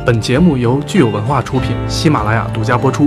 本节目由具有文化出品，喜马拉雅独家播出。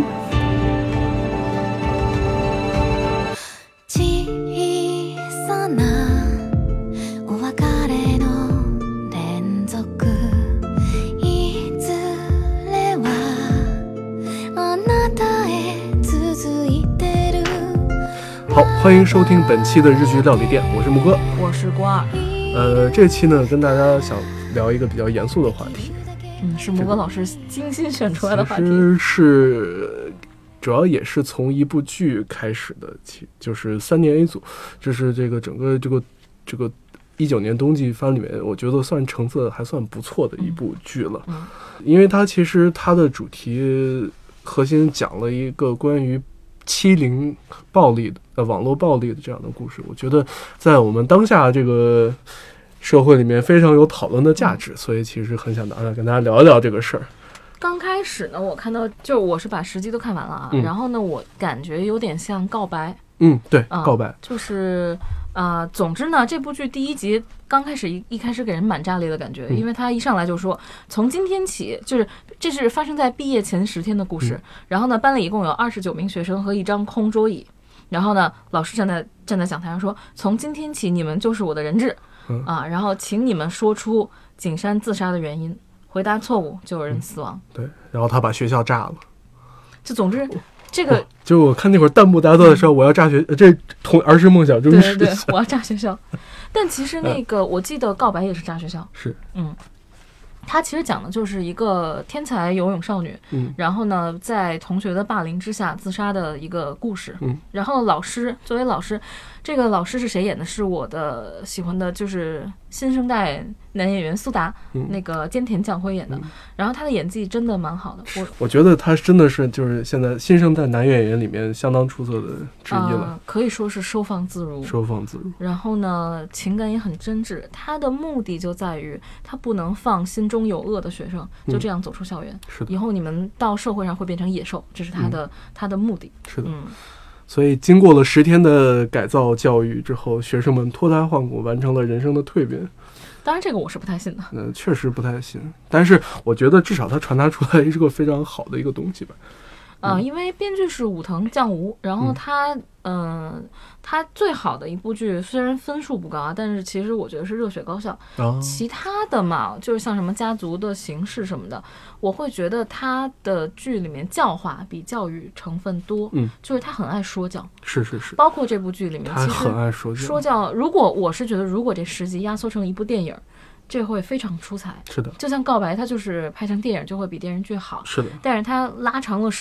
好，欢迎收听本期的日剧料理店，我是木哥， 我是郭二。 这期呢，跟大家想聊一个比较严肃的话题。 是木哥老师精心选出来的话题。 其实是主要也是从一部剧开始的，就是3年 A 组，这是这个整个这个19年冬季番里面，我觉得算成色还算不错的一部剧了。因为它其实它的主题核心讲了一个关于欺凌暴力的网络暴力的这样的故事，我觉得在我们当下这个社会里面非常有讨论的价值，所以其实很想拿来跟大家聊一聊这个事儿。 刚开始呢，我看到就我是把10集都看完了啊，然后呢，我感觉有点像告白。 对，告白就是总之呢，这部剧第1集刚开始一开始给人蛮炸裂的感觉，因为他一上来就说，从今天起，就是这是发生在毕业前10天的故事。然后呢，班里一共有29名学生和一张空桌椅。然后呢，老师站在讲台上说，从今天起你们就是我的人质。然后请你们说出景山自杀的原因，回答错误就有人死亡。 对，然后他把学校炸了。 就总之这个就我看那会儿弹幕大家都在说我要炸学，这同儿时梦想终于实现。 对，我要炸学校。但其实那个我记得告白也是炸学校。 是。 他其实讲的就是一个天才游泳少女，然后呢，在同学的霸凌之下自杀的一个故事。然后作为老师，这个老师是谁演的？是我的喜欢的，就是新生代男演员苏达，那个菅田将晖演的。然后他的演技真的蛮好的， 我觉得他真的是就是现在新生代男演员里面相当出色的之一了， 可以说是收放自如。然后呢，情感也很真挚。他的目的就在于他不能放心中有恶的学生就这样走出校园。以后你们到社会上会变成野兽，这是他的目的。 是的。所以经过了10天的改造教育之后，学生们脱胎换骨，完成了人生的蜕变。 当然这个我是不太信的。 确实不太信，但是我觉得至少它传达出来是个非常好的一个东西吧。 因为编剧是武藤将吾，然后他最好的一部剧虽然分数不高啊，但是其实我觉得是热血高校。其他的嘛，就是像什么家族的形式什么的，我会觉得他的剧里面教化比教育成分多。就是他很爱说教。 是。 包括这部剧里面， 他很爱说教。我是觉得，如果这10集压缩成一部电影，这会非常出彩。 是的， 就像告白，它就是拍成电影就会比电视剧好。 是的， 但是它拉长到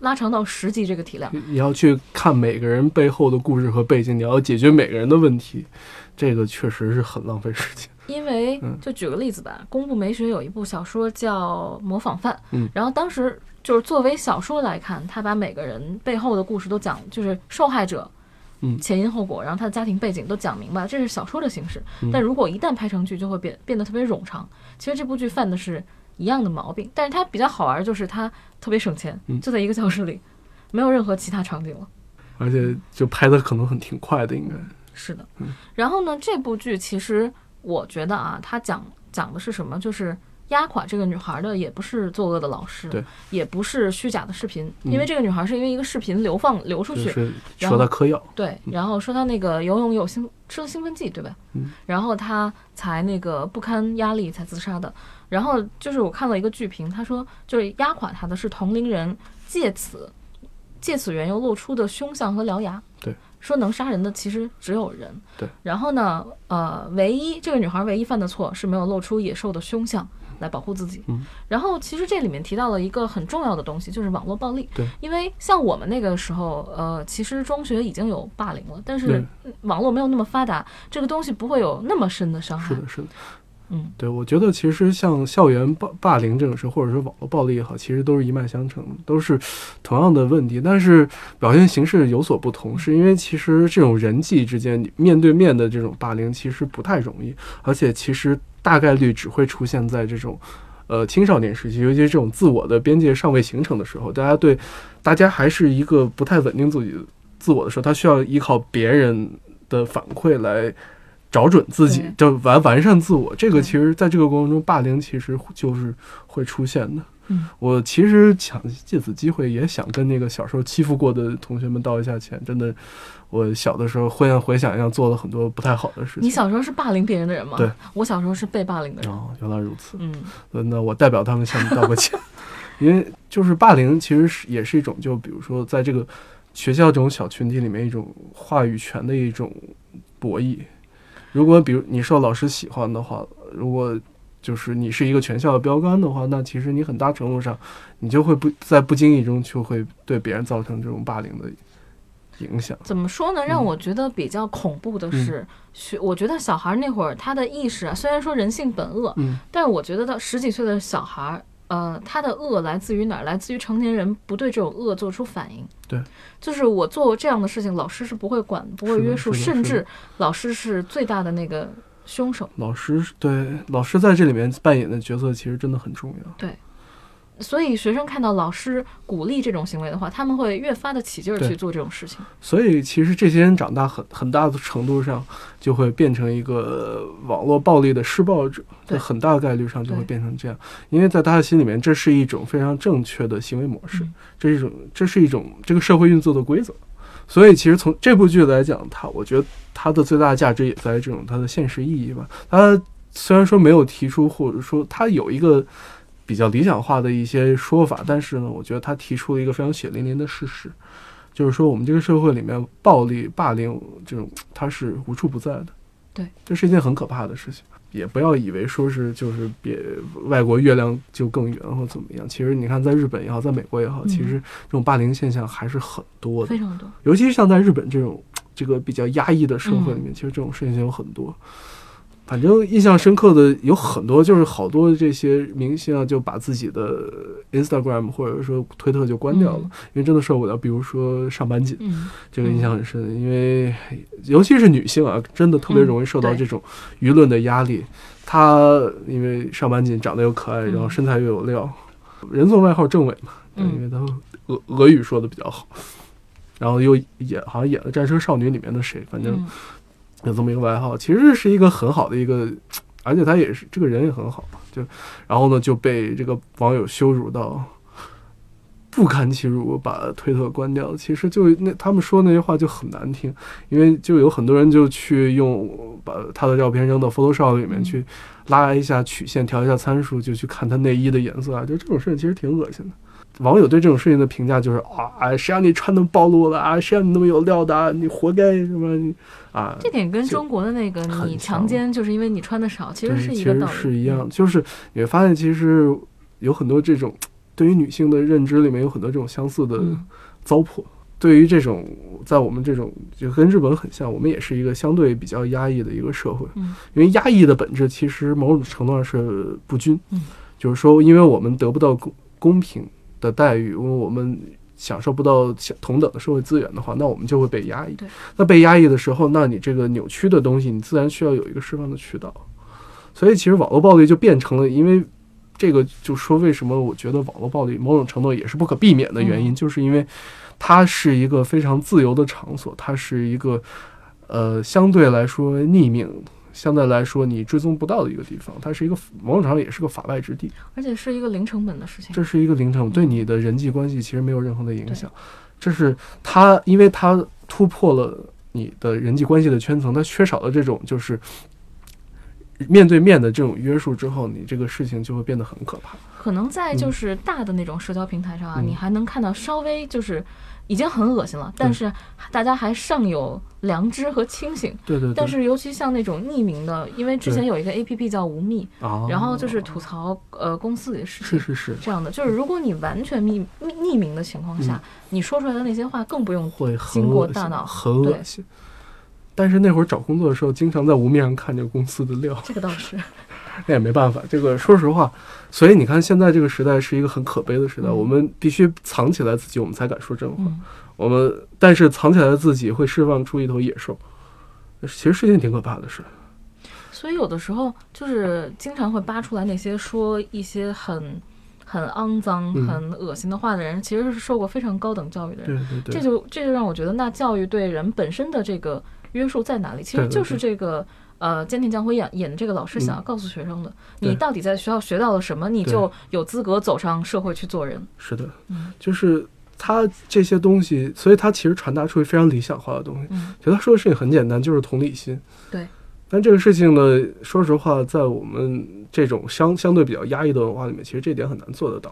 10集这个体量， 你要去看每个人背后的故事和背景，你要解决每个人的问题，这个确实是很浪费时间。 因为就举个例子吧，宫部美雪有一部小说叫《模仿犯》，然后当时就是作为小说来看，他把每个人背后的故事都讲，就是受害者。前因后果，然后他的家庭背景都讲明白，这是小说的形式。但如果一旦拍成剧，就会变得特别冗长。其实这部剧犯的是一样的毛病，但是它比较好玩，就是它特别省钱，就在一个教室里，没有任何其他场景了， 而且就拍的可能挺快的，应该是的。然后呢，这部剧其实我觉得它讲的是什么，就是压垮这个女孩的也不是作恶的老师， 对， 也不是虚假的视频，因为这个女孩是因为一个视频流出去， 就是说她嗑药， 对，然后说她那个游泳吃了兴奋剂，对吧？然后她才那个不堪压力才自杀的。然后就是我看了一个剧评，他说就是压垮她的是同龄人借此缘由露出的凶相和獠牙， 对， 说能杀人的其实只有人， 对。 然后呢，这个女孩唯一犯的错是没有露出野兽的凶相来保护自己。然后其实这里面提到了一个很重要的东西，就是网络暴力。 对， 因为像我们那个时候，其实中学已经有霸凌了，但是网络没有那么发达，这个东西不会有那么深的伤害。 是的。对，我觉得其实像校园霸凌这种事，或者说网络暴力也好，其实都是一脉相承的，都是同样的问题，但是表现形式有所不同，是因为其实这种人际之间面对面的这种霸凌其实不太容易，而且其实大概率只会出现在这种青少年时期，尤其是这种自我的边界尚未形成的时候，大家还是一个不太稳定自我的时候，他需要依靠别人的反馈来找准自己，就完善自我。这个其实在这个过程中，霸凌其实就是会出现的。我其实想借此机会也想跟那个小时候欺负过的同学们道一下歉，真的，我小的时候回想一下，做了很多不太好的事情。 你小时候是霸凌别人的人吗？ 对， 我小时候是被霸凌的人。 原来如此。那我代表他们向你道个歉，因为就是霸凌其实也是一种，就比如说在这个学校这种小群体里面一种话语权的一种博弈。如果比如你受老师喜欢的话，如果就是你是一个全校的标杆的话，那其实你很大程度上你就会在不经意中就会对别人造成这种霸凌的影响。 怎么说呢？让我觉得比较恐怖的是，我觉得小孩那会儿他的意识虽然说人性本恶，但是我觉得到10几岁的小孩，他的恶来自于哪儿？来自于成年人不对这种恶做出反应。 对， 就是我做这样的事情，老师是不会管、不会约束，甚至老师是最大的那个凶手。老师在这里面扮演的角色其实真的很重要。 对，所以学生看到老师鼓励这种行为的话，他们会越发的起劲儿去做这种事情。 所以其实这些人长大很大的程度上就会变成一个网络暴力的施暴者，在很大概率上就会变成这样，因为在他的心里面，这是一种非常正确的行为模式，这是一种这个社会运作的规则。所以其实从这部剧来讲，我觉得它的最大的价值也在这种它的现实意义吧。它虽然说没有提出，或者说它有一个比较理想化的一些说法，但是呢，我觉得它提出了一个非常血淋淋的事实，就是说我们这个社会里面暴力、霸凌这种它是无处不在的。 对，这是一件很可怕的事情。也不要以为说是就是别外国月亮就更圆或怎么样，其实你看在日本也好，在美国也好，其实这种霸凌现象还是很多的， 非常多。 尤其是像在日本这个比较压抑的社会里面，其实这种事情有很多。反正印象深刻的有很多，就是好多这些明星啊，就把自己的 Instagram 或者说推特就关掉了，因为真的受不了。比如说上坂锦，这个印象很深，因为尤其是女性啊，真的特别容易受到这种舆论的压力。她因为上坂锦长得又可爱，然后身材又有料，人送外号政委嘛，因为她俄语说的比较好，然后又好像演了《战车少女》里面的谁，反正有这么一个外号，其实是一个很好的一个，而且他也是这个人也很好，然后呢就被这个网友羞辱到不堪其辱，把推特关掉。其实他们说那些话就很难听，因为就有很多人就去把他的照片扔到 Photoshop 里面去拉一下曲线，调一下参数，就去看他内衣的颜色啊，就这种事情其实挺恶心的。网友对这种事情的评价就是谁让你穿那么暴露了啊？谁让你那么有料的啊？你活该什么啊？ 这点跟中国的那个你强奸就是因为你穿的少，其实是一个道理， 是一样。就是你会发现，其实有很多这种对于女性的认知里面有很多这种相似的糟粕。对于这种在我们这种就跟日本很像，我们也是一个相对比较压抑的一个社会。因为压抑的本质其实某种程度上是不均。就是说，因为我们得不到公平的待遇，因为我们享受不到同等的社会资源的话，那我们就会被压抑。那被压抑的时候，那你这个扭曲的东西，你自然需要有一个释放的渠道。所以其实网络暴力就变成了，因为这个就说为什么我觉得网络暴力某种程度也是不可避免的原因，就是因为它是一个非常自由的场所，它是一个相对来说匿名，相对来说你追踪不到的一个地方，它是一个某种程度也是个法外之地， 而且是一个零成本的事情。 这是一个零成本，对你的人际关系其实没有任何的影响。这是因为它突破了你的人际关系的圈层，它缺少了这种就是面对面的这种约束之后，你这个事情就会变得很可怕。 可能在就是大的那种社交平台上啊，你还能看到稍微就是已经很恶心了，但是大家还尚有良知和清醒。 对。 但是尤其像那种匿名的，因为之前有一个 APP 叫无密，然后就是吐槽公司里的事情， 是这样的。就是如果你完全匿名的情况下，你说出来的那些话更不用经过大脑， 很恶心。但是那会儿找工作的时候，经常在无面上看这个公司的料， 这个倒是。 那也没办法，这个说实话，所以你看现在这个时代是一个很可悲的时代，我们必须藏起来自己，我们才敢说真话。但是藏起来的自己会释放出一头野兽，其实是件挺可怕的事。 所以有的时候就是经常会扒出来那些说一些很肮脏、很恶心的话的人，其实是受过非常高等教育的人。 对， 这就让我觉得，那教育对人本身的这个约束在哪里？其实就是这个菅田将晖演的这个老师想要告诉学生的，你到底在学校学到了什么，你就有资格走上社会去做人。 是的，就是他这些东西，所以他其实传达出非常理想化的东西。其实他说的事情很简单，就是同理心。 对。 但这个事情呢，说实话，在我们这种相对比较压抑的文化里面，其实这点很难做得到。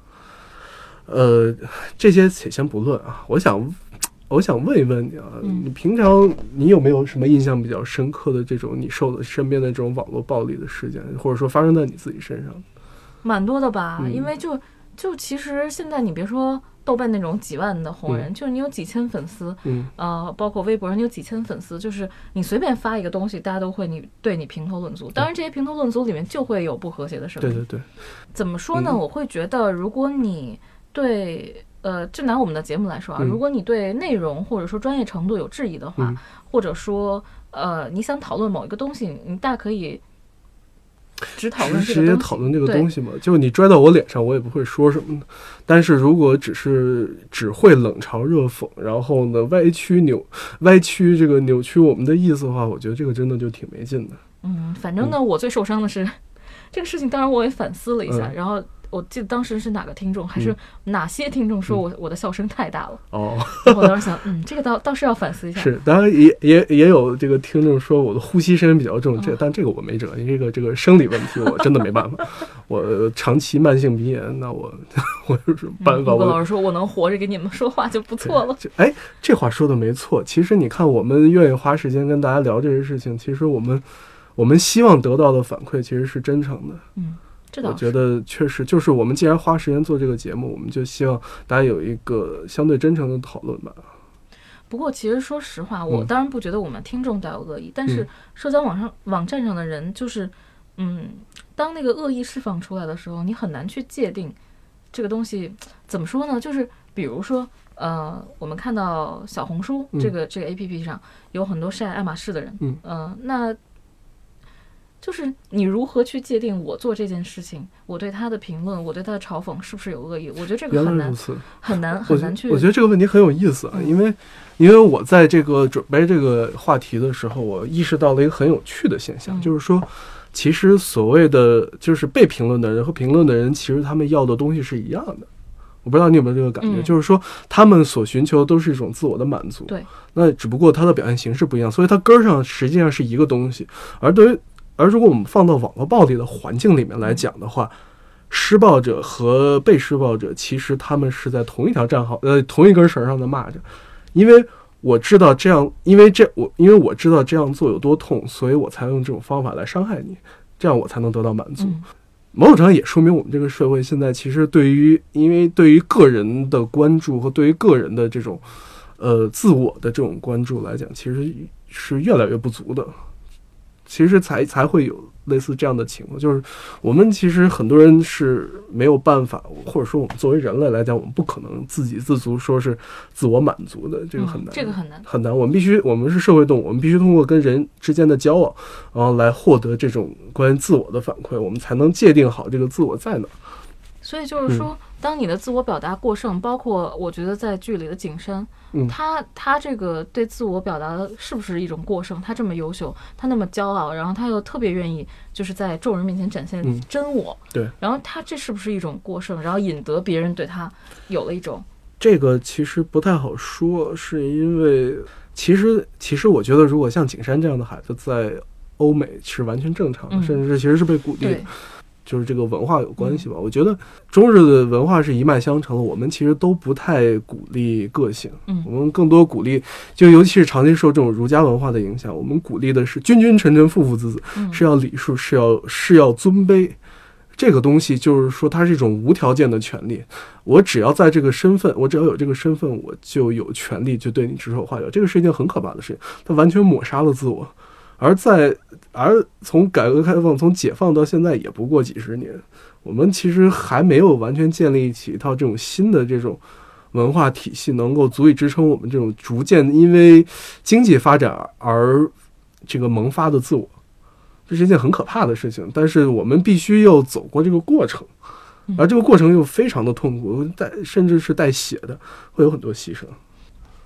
这些且先不论啊，我想问一问你啊，你平常你有没有什么印象比较深刻的这种你受的身边的这种网络暴力的事件，或者说发生在你自己身上？ 蛮多的吧，因为就其实现在你别说豆瓣那种几万的红人，就是你有几千粉丝，包括微博上你有几千粉丝，就是你随便发一个东西，大家都会对你评头论足。当然，这些评头论足里面就会有不和谐的声音。对，怎么说呢？我会觉得，如果你对就拿我们的节目来说啊，如果你对内容或者说专业程度有质疑的话，或者说你想讨论某一个东西，你大可以直接讨论这个东西嘛，就你拽到我脸上，我也不会说什么的。但是如果只会冷嘲热讽，然后呢歪曲这个扭曲我们的意思的话，我觉得这个真的就挺没劲的。 反正呢，我最受伤的是这个事情，当然我也反思了一下，然后我记得当时是哪个听众，还是哪些听众说我的笑声太大了。我当时想，这个倒是要反思一下。是， 当然也有这个听众说我的呼吸声比较重，但这个我没辙，因为这个生理问题我真的没办法。我长期慢性鼻炎，那我就是办法。 老师说我能活着给你们说话就不错了。 这话说的没错。其实你看，我们愿意花时间跟大家聊这些事情，其实我们希望得到的反馈其实是真诚的。我觉得确实就是我们既然花时间做这个节目，我们就希望大家有一个相对真诚的讨论吧。 不过其实说实话，我当然不觉得我们听众带有恶意，但是社交网站上的人就是当那个恶意释放出来的时候，你很难去界定这个东西怎么说呢，就是比如说我们看到小红书这个 APP 上有很多晒爱马仕的人，那就是你如何去界定我做这件事情，我对他的评论，我对他的嘲讽是不是有恶意？我觉得这个很难去。 我觉得这个问题很有意思啊，因为我在这个准备这个话题的时候，我意识到了一个很有趣的现象，就是说，其实所谓的就是被评论的人和评论的人，其实他们要的东西是一样的。我不知道你有没有这个感觉，就是说他们所寻求的都是一种自我的满足。 对， 那只不过他的表现形式不一样，所以他根儿上实际上是一个东西。而如果我们放到网络暴力的环境里面来讲的话，施暴者和被施暴者其实他们是在同一条战壕同一根绳上的蚂蚱，因为我知道这样，因为我知道这样做有多痛，所以我才用这种方法来伤害你，这样我才能得到满足。某种程度也说明我们这个社会现在其实对于个人的关注和对于个人的这种自我的这种关注来讲，其实是越来越不足的。其实才会有类似这样的情况，就是我们其实很多人是没有办法，或者说我们作为人类来讲，我们不可能自给自足，说是自我满足的，这个很难， 这个很难。 我们是社会动物，我们必须通过跟人之间的交往，然后来获得这种关于自我的反馈，我们才能界定好这个自我在哪。 所以就是说，当你的自我表达过剩，包括我觉得在剧里的景山，他这个对自我表达的是不是一种过剩？他这么优秀，他那么骄傲，然后他又特别愿意就是在众人面前展现真我， 对， 然后他这是不是一种过剩？然后引得别人对他有了一种这个其实不太好说，是因为其实我觉得，如果像景山这样的孩子在欧美是完全正常的，甚至其实是被鼓励的。就是这个文化有关系吧，我觉得中日的文化是一脉相承的，我们其实都不太鼓励个性，我们更多鼓励，就尤其是长期受这种儒家文化的影响，我们鼓励的是君君臣臣父父子子，是要礼数，是要尊卑。这个东西就是说它是一种无条件的权利，我只要在这个身份，我只要有这个身份，我就有权利就对你指手画脚。这个是一件很可怕的事情，它完全抹杀了自我。而从改革开放，从解放到现在也不过几十年，我们其实还没有完全建立起一套这种新的这种文化体系，能够足以支撑我们这种逐渐因为经济发展而这个萌发的自我。这是一件很可怕的事情，但是我们必须要走过这个过程，而这个过程又非常的痛苦，甚至是带血的，会有很多牺牲。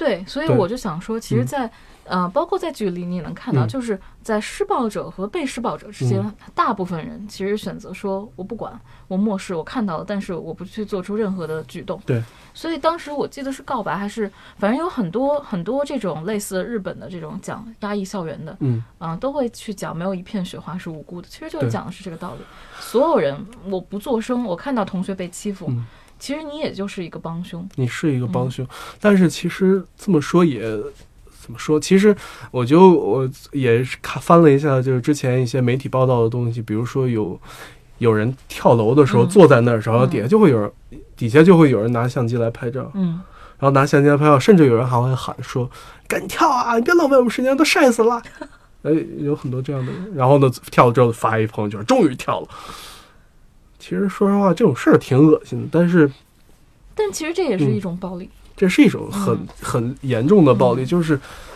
对，所以我就想说，其实在包括在剧里你也能看到，就是在施暴者和被施暴者之间，大部分人其实选择说我不管，我漠视，我看到了，但是我不去做出任何的举动。 对， 所以当时我记得是告白还是反正有很多很多这种类似日本的这种讲压抑校园的，都会去讲没有一片雪花是无辜的，其实就是讲的是这个道理。所有人我不作声，我看到同学被欺负，其实你也就是一个帮凶， 你是一个帮凶，但是其实这么说也怎么说？其实我也翻了一下，就是之前一些媒体报道的东西，比如说有人跳楼的时候坐在那儿，然后底下就会有人拿相机来拍照，然后拿相机来拍照，甚至有人还会喊说：“赶紧跳啊！你别浪费我们时间，都晒死了。”有很多这样的人，然后呢，跳了之后发一朋友圈，终于跳了。其实说实话，这种事儿挺恶心的，但其实这也是一种暴力， 这是一种很严重的暴力，就是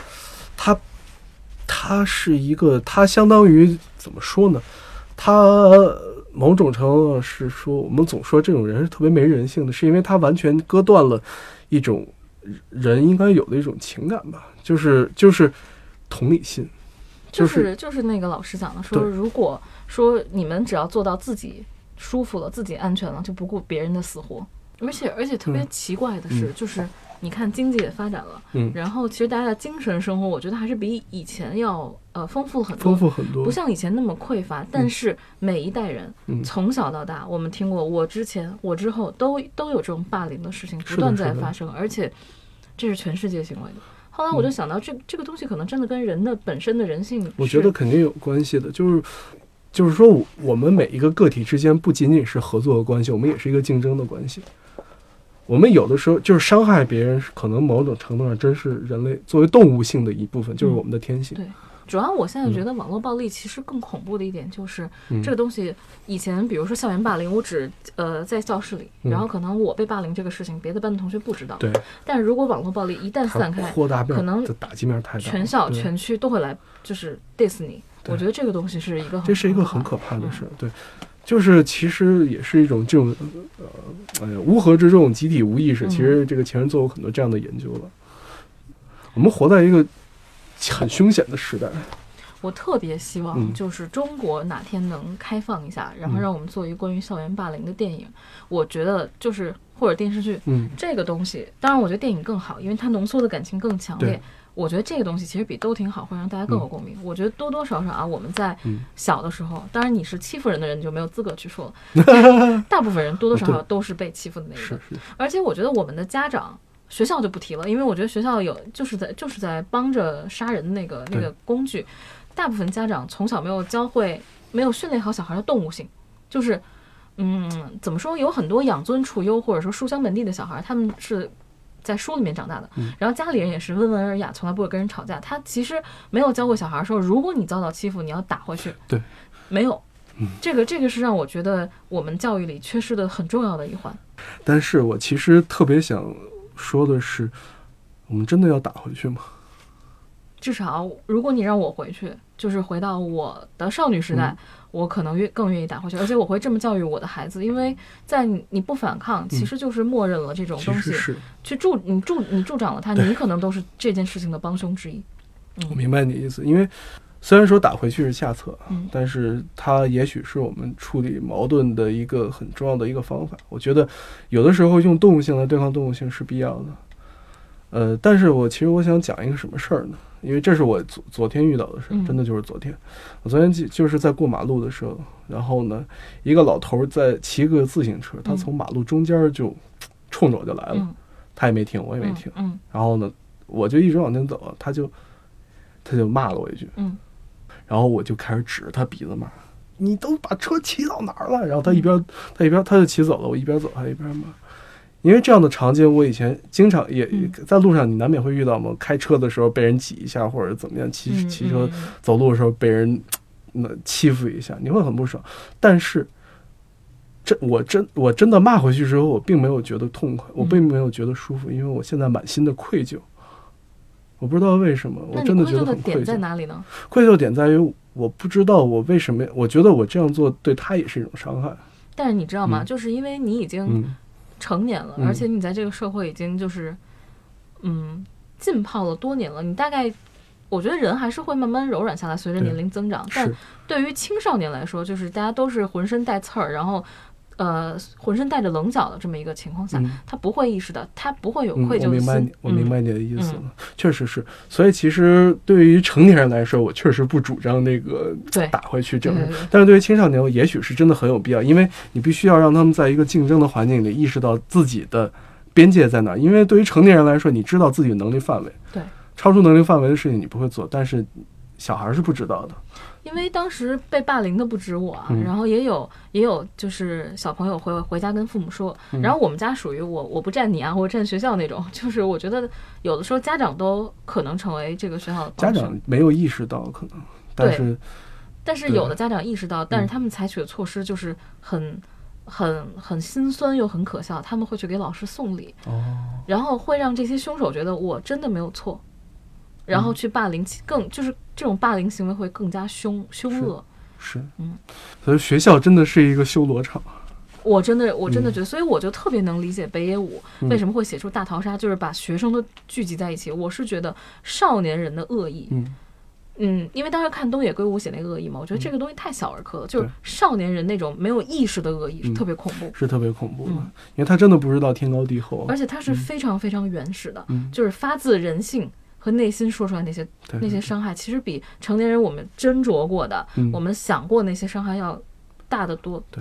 它是一个，它相当于怎么说呢？它某种程度上是说，我们总说这种人是特别没人性的，是因为他完全割断了一种人应该有的一种情感吧，就是同理心。 就是那个老师讲的，说如果说你们只要做到自己舒服了，自己安全了，就不顾别人的死活。而且特别奇怪的是，就是你看经济也发展了，然后其实大家的精神生活，我觉得还是比以前要丰富很多，不像以前那么匮乏。但是每一代人从小到大，我们听过我之前我之后都有这种霸凌的事情不断在发生，而且这是全世界行为的。后来我就想到这个东西可能真的跟人的本身的人性， 我觉得肯定有关系的，就是说我们每一个个体之间不仅仅是合作的关系，我们也是一个竞争的关系。我们有的时候就是伤害别人，可能某种程度上真是人类作为动物性的一部分，就是我们的天性。 对，主要我现在觉得网络暴力其实更恐怖的一点就是，这个东西以前比如说校园霸凌，我只在教室里，然后可能我被霸凌这个事情，别的班的同学不知道。 对。 但如果网络暴力一旦散开，可能打击面太大， 全校全区都会来就是 diss 你。我觉得这个东西是一个这是一个很可怕的事，对。就是其实也是一种这种乌合之众集体无意识，其实这个前人做过很多这样的研究了。我们活在一个很凶险的时代。 我特别希望就是中国哪天能开放一下，然后让我们做一个关于校园霸凌的电影。我觉得就是或者电视剧，这个东西，当然我觉得电影更好，因为它浓缩的感情更强烈。我觉得这个东西其实比都挺好，会让大家更有共鸣。我觉得多多少少啊，我们在小的时候，当然你是欺负人的人就没有资格去说了，大部分人多多少少都是被欺负的那一个。而且我觉得我们的家长，学校就不提了，因为我觉得学校就是在帮着杀人那个工具。大部分家长从小没有训练好小孩的动物性，就是怎么说，有很多养尊处优或者说书香门第的小孩，他们是在书里面长大的，然后家里人也是温文尔雅，从来不会跟人吵架。他其实没有教过小孩说，如果你遭到欺负，你要打回去。 对， 没有。这个是让我觉得我们教育里缺失的很重要的一环。 但是我其实特别想说的是，我们真的要打回去吗？ 至少如果你让我回去，就是回到我的少女时代，我可能更愿意打回去，而且我会这么教育我的孩子，因为在你不反抗，其实就是默认了这种东西，去助长了它，你可能都是这件事情的帮凶之一。 我明白你的意思，因为虽然说打回去是下策，但是它也许是我们处理矛盾的一个很重要的一个方法。我觉得有的时候用动物性来对抗动物性是必要的。但是其实我想讲一个什么事儿呢？因为这是我昨天遇到的事，真的就是昨天。我昨天就是在过马路的时候，然后呢，一个老头在骑个自行车，他从马路中间就冲着我就来了，他也没停，我也没停，然后呢，我就一直往前走，他就骂了我一句，然后我就开始指着他鼻子骂：“你都把车骑到哪儿了？”然后他就骑走了，我一边走他一边骂。因为这样的场景，我以前经常也在路上，你难免会遇到嘛。开车的时候被人挤一下，或者怎么样；骑车走路的时候被人欺负一下，你会很不爽。但是，我真的骂回去之后，我并没有觉得痛快，我并没有觉得舒服，因为我现在满心的愧疚。我不知道为什么，我真的觉得很愧疚。 点在哪里呢？ 愧疚点在于我不知道我为什么，我觉得我这样做对他也是一种伤害。 但是你知道吗？就是因为你已经成年了，而且你在这个社会已经就是浸泡了多年了，你大概我觉得人还是会慢慢柔软下来，随着年龄增长。但对于青少年来说，就是大家都是浑身带刺儿，然后浑身带着棱角的这么一个情况下，他不会意识到，他不会有愧疚心。 我明白你的意思了，确实是。所以其实对于成年人来说，我确实不主张那个打回去这样，但是对于青少年，也许是真的很有必要，因为你必须要让他们在一个竞争的环境里意识到自己的边界在哪。因为对于成年人来说，你知道自己的能力范围， 对， 超出能力范围的事情你不会做，但是小孩是不知道的。 因为当时被霸凌的不止我啊，然后也有就是小朋友回家跟父母说，然后我们家属于我不站你啊，我站学校那种，就是我觉得有的时候家长都可能成为这个学校的帮手， 家长没有意识到可能，但是有的家长意识到，但是他们采取的措施就是很心酸又很可笑，他们会去给老师送礼，然后会让这些凶手觉得我真的没有错。然后去霸凌，就是这种霸凌行为会更加凶恶。 是，所以学校真的是一个修罗场。 我真的觉得，所以我就特别能理解北野武为什么会写出大逃杀，就是把学生都聚集在一起。我是觉得少年人的恶意，因为当时看东野圭吾写那个恶意嘛，我觉得这个东西太小儿科了，就是少年人那种没有意识的恶意是特别恐怖， 是特别恐怖的，因为他真的不知道天高地厚， 而且他是非常非常原始的，就是发自人性。和内心说出来那些伤害，其实比成年人我们斟酌过的，我们想过那些伤害要大得多。 对，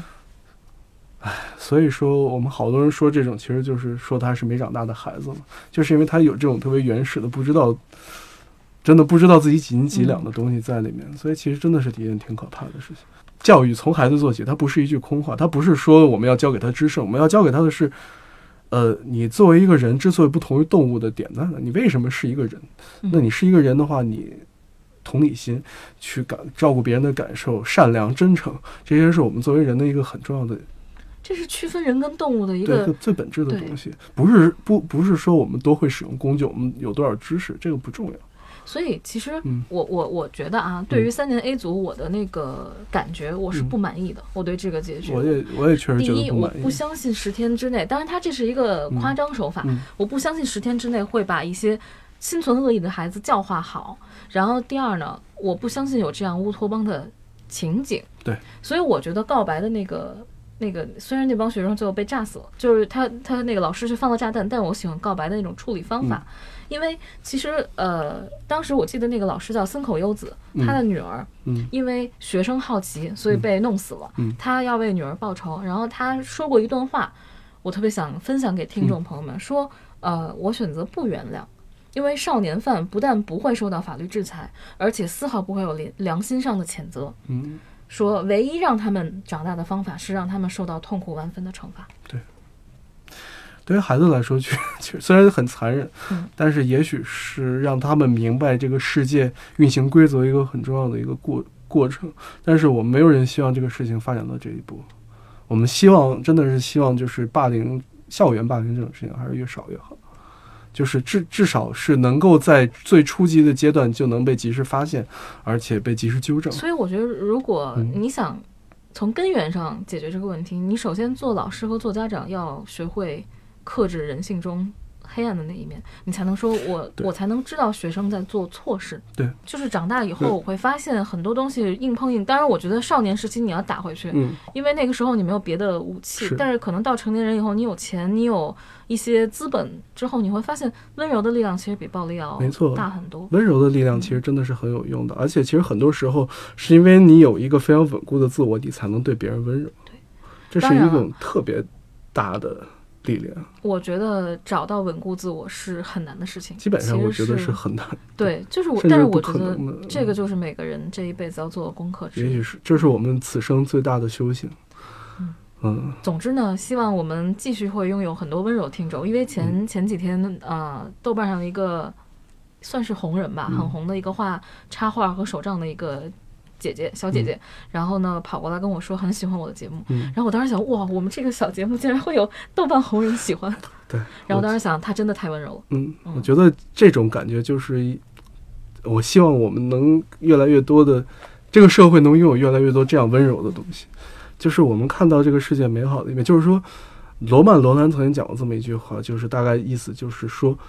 所以说我们好多人说这种，其实就是说他是没长大的孩子嘛，就是因为他有这种特别原始的，真的不知道自己几斤几两的东西在里面，所以其实真的是一件挺可怕的事情。教育从孩子做起，它不是一句空话，它不是说我们要教给他知识，我们要教给他的是。你作为一个人之所以不同于动物的点在哪？你为什么是一个人？那你是一个人的话，你同理心，去照顾别人的感受，善良、真诚，这些是我们作为人的一个很重要的。 这是区分人跟动物的一个最本质的东西，不是说我们都会使用工具，我们有多少知识，这个不重要。 所以其实我觉得啊，对于3年 A 组我的那个感觉我是不满意的，我对这个结局我也确实觉得不满意。 第一，我不相信10天之内，当然它这是一个夸张手法，我不相信10天之内会把一些心存恶意的孩子教化好。然后第二呢，我不相信有这样乌托邦的情景。 对， 所以我觉得告白的那个虽然那帮学生最后被炸死了，就是他那个老师去放了炸弹，但我喜欢告白的那种处理方法。因为其实当时我记得那个老师叫森口优子，他的女儿因为学生好奇所以被弄死了，他要为女儿报仇，然后他说过一段话，我特别想分享给听众朋友们，说我选择不原谅，因为少年犯不但不会受到法律制裁，而且丝毫不会有良心上的谴责。说唯一让他们长大的方法是让他们受到痛苦万分的惩罚。 对于孩子来说，虽然很残忍，但是也许是让他们明白这个世界运行规则一个很重要的一个过程。但是我们没有人希望这个事情发展到这一步。我们真的是希望，就是校园霸凌这种事情还是越少越好。就是至少是能够在最初级的阶段就能被及时发现，而且被及时纠正。 所以我觉得，如果你想从根源上解决这个问题，你首先做老师和做家长要学会克制人性中黑暗的那一面，你才能说我才能知道学生在做错事。 对， 就是长大以后我会发现很多东西硬碰硬。当然我觉得少年时期你要打回去，因为那个时候你没有别的武器，但是可能到成年人以后，你有钱，你有一些资本之后，你会发现温柔的力量其实比暴力要大很多。 温柔的力量其实真的是很有用的，而且其实很多时候是因为你有一个非常稳固的自我，你才能对别人温柔。 对， 这是一种特别大的力量。 我觉得找到稳固自我是很难的事情， 基本上我觉得是很难。 对，就是但是我觉得这个就是每个人这一辈子要做的功课之一。 也许是，这是我们此生最大的修行。 总之呢，希望我们继续会拥有很多温柔听众，因为前几天豆瓣上的一个算是红人吧，很红的一个插画和手账的一个小姐姐，然后呢跑过来跟我说很喜欢我的节目，然后我当时想，哇，我们这个小节目竟然会有豆瓣红人喜欢。 对， 然后当时想她真的太温柔了。 我觉得这种感觉就是我希望我们能越来越多的，这个社会能拥有越来越多这样温柔的东西，就是我们看到这个世界美好的一面。就是说罗曼·罗兰曾经讲过这么一句话，就是大概意思就是说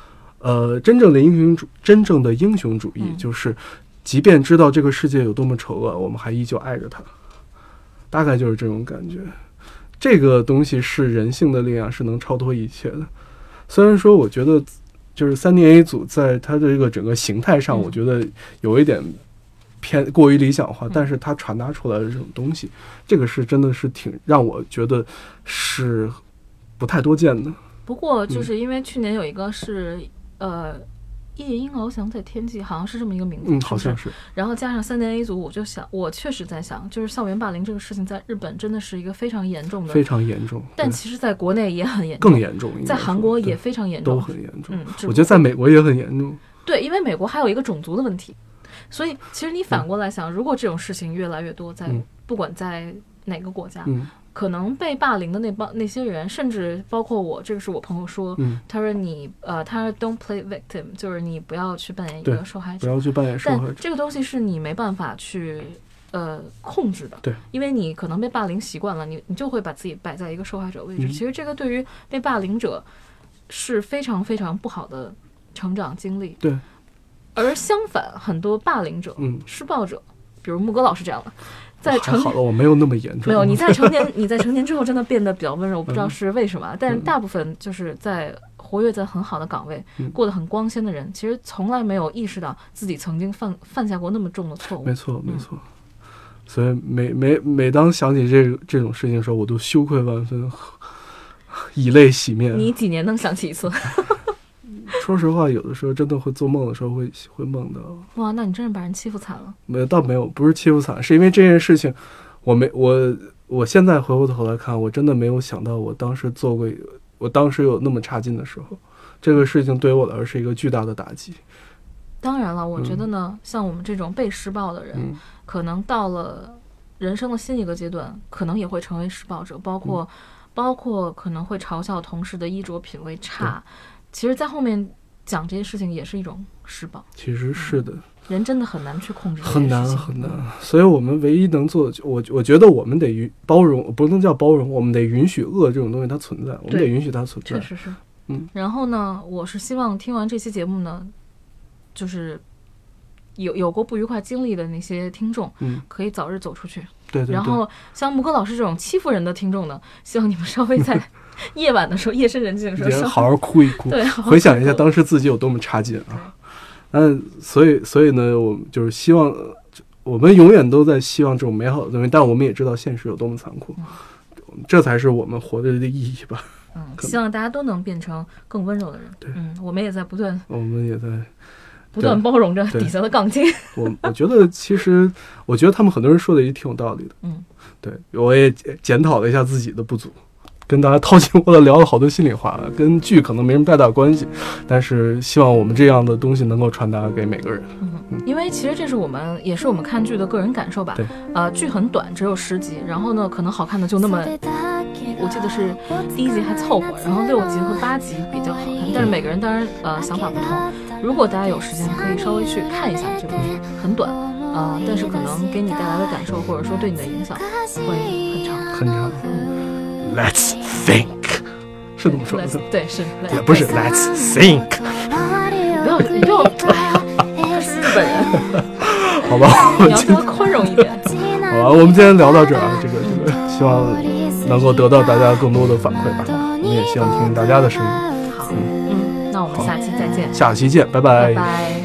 真正的英雄主义就是即便知道这个世界有多么丑恶，我们还依旧爱着它，大概就是这种感觉。这个东西是人性的力量，是能超脱一切的。虽然说我觉得就是3年 A 组在它的这个整个形态上，我觉得有一点偏过于理想化，但是它传达出来的这种东西，这个是真的是挺让我觉得是不太多见的。 不过就是因为去年有一个是夜莺翱翔在天际，好像是这么一个名字， 好像是。然后加上3年 A 组，我确实在想，就是校园霸凌这个事情在日本真的是一个非常严重的， 非常严重。 但其实在国内也很严重， 更严重， 在韩国也非常严重， 都很严重。我觉得在美国也很严重。 对，因为美国还有一个种族的问题，所以其实你反过来想，如果这种事情越来越多，在不管在哪个国家，可能被霸凌的那些人，甚至包括我，这个是我朋友说，他说他说 don't play victim， 就是你不要去扮演一个受害者， 不要去扮演受害者。 但这个东西是你没办法去控制的， 对， 因为你可能被霸凌习惯了，你就会把自己摆在一个受害者位置。其实这个对于被霸凌者是非常非常不好的成长经历。 对， 而相反，很多霸凌者、施暴者，比如木哥老师这样的。 还好了，我没有那么严重。 没有，你在成年之后真的变得比较温柔，我不知道是为什么。但是大部分就是在活跃在很好的岗位，过得很光鲜的人，其实从来没有意识到自己曾经犯下过那么重的错误。 没错，没错。所以每当想起这种事情的时候，我都羞愧万分，以泪洗面。 你几年能想起一次？ 说实话，有的时候真的会做梦的时候会梦到。 哇，那你真是把人欺负惨了。 没有，倒没有，不是欺负惨，是因为这件事情，我现在回过头来看，我真的没有想到我当时有那么差劲的时候，这个事情对我来说是一个巨大的打击。 当然了，我觉得呢，像我们这种被施暴的人，可能到了人生的新一个阶段，可能也会成为施暴者，包括可能会嘲笑同事的衣着品味差。其实在后面讲这些事情也是一种施暴。 其实是的， 人真的很难去控制这些事情，很难。所以我们唯一能做的，我觉得我们得包容，不能叫包容，我们得允许恶这种东西它存在，我们得允许它存在。 确实是。然后呢，我是希望听完这期节目呢，就是有过不愉快经历的那些听众，可以早日走出去。 对。 然后像木哥老师这种欺负人的听众呢，希望你们稍微在夜晚的时候，夜深人静的时候， 好好哭一哭， 对， 回想一下当时自己有多么差劲啊！所以呢，我们就是希望，我们永远都在希望这种美好的东西，但我们也知道现实有多么残酷，这才是我们活着的意义吧。 希望大家都能变成更温柔的人。 对， 我们也在不断包容着底下的杠精。 我觉得其实，我觉得他们很多人说的也挺有道理的。对，我也检讨了一下自己的不足。跟大家掏心窝子聊了好多心里话，跟剧可能没什么太大关系，但是希望我们这样的东西能够传达给每个人。 因为其实这是也是我们看剧的个人感受吧。 对， 剧很短，只有10集，然后呢，可能好看的就那么，我记得是第1集还凑合，然后6集和8集比较好看，但是每个人当然想法不同。如果大家有时间，可以稍微去看一下这部剧，很短，但是可能给你带来的感受或者说对你的影响会很长很长。Let's think， 是这么说的？ 对，是。 也不是 Let's think。 你不要，他是日本人。 好吧， 你要多宽容一点。 好吧，我们今天聊到这儿啊，这个，希望能够得到大家更多的反馈吧。我们也希望听听大家的声音。 好，那我们下期再见。 下期见，拜拜。 拜拜。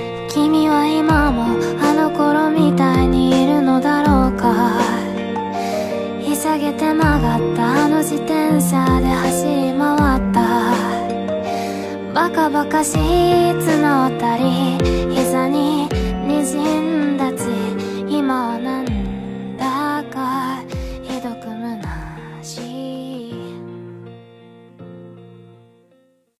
下げて曲がった自転車で走り回ったバカバカしい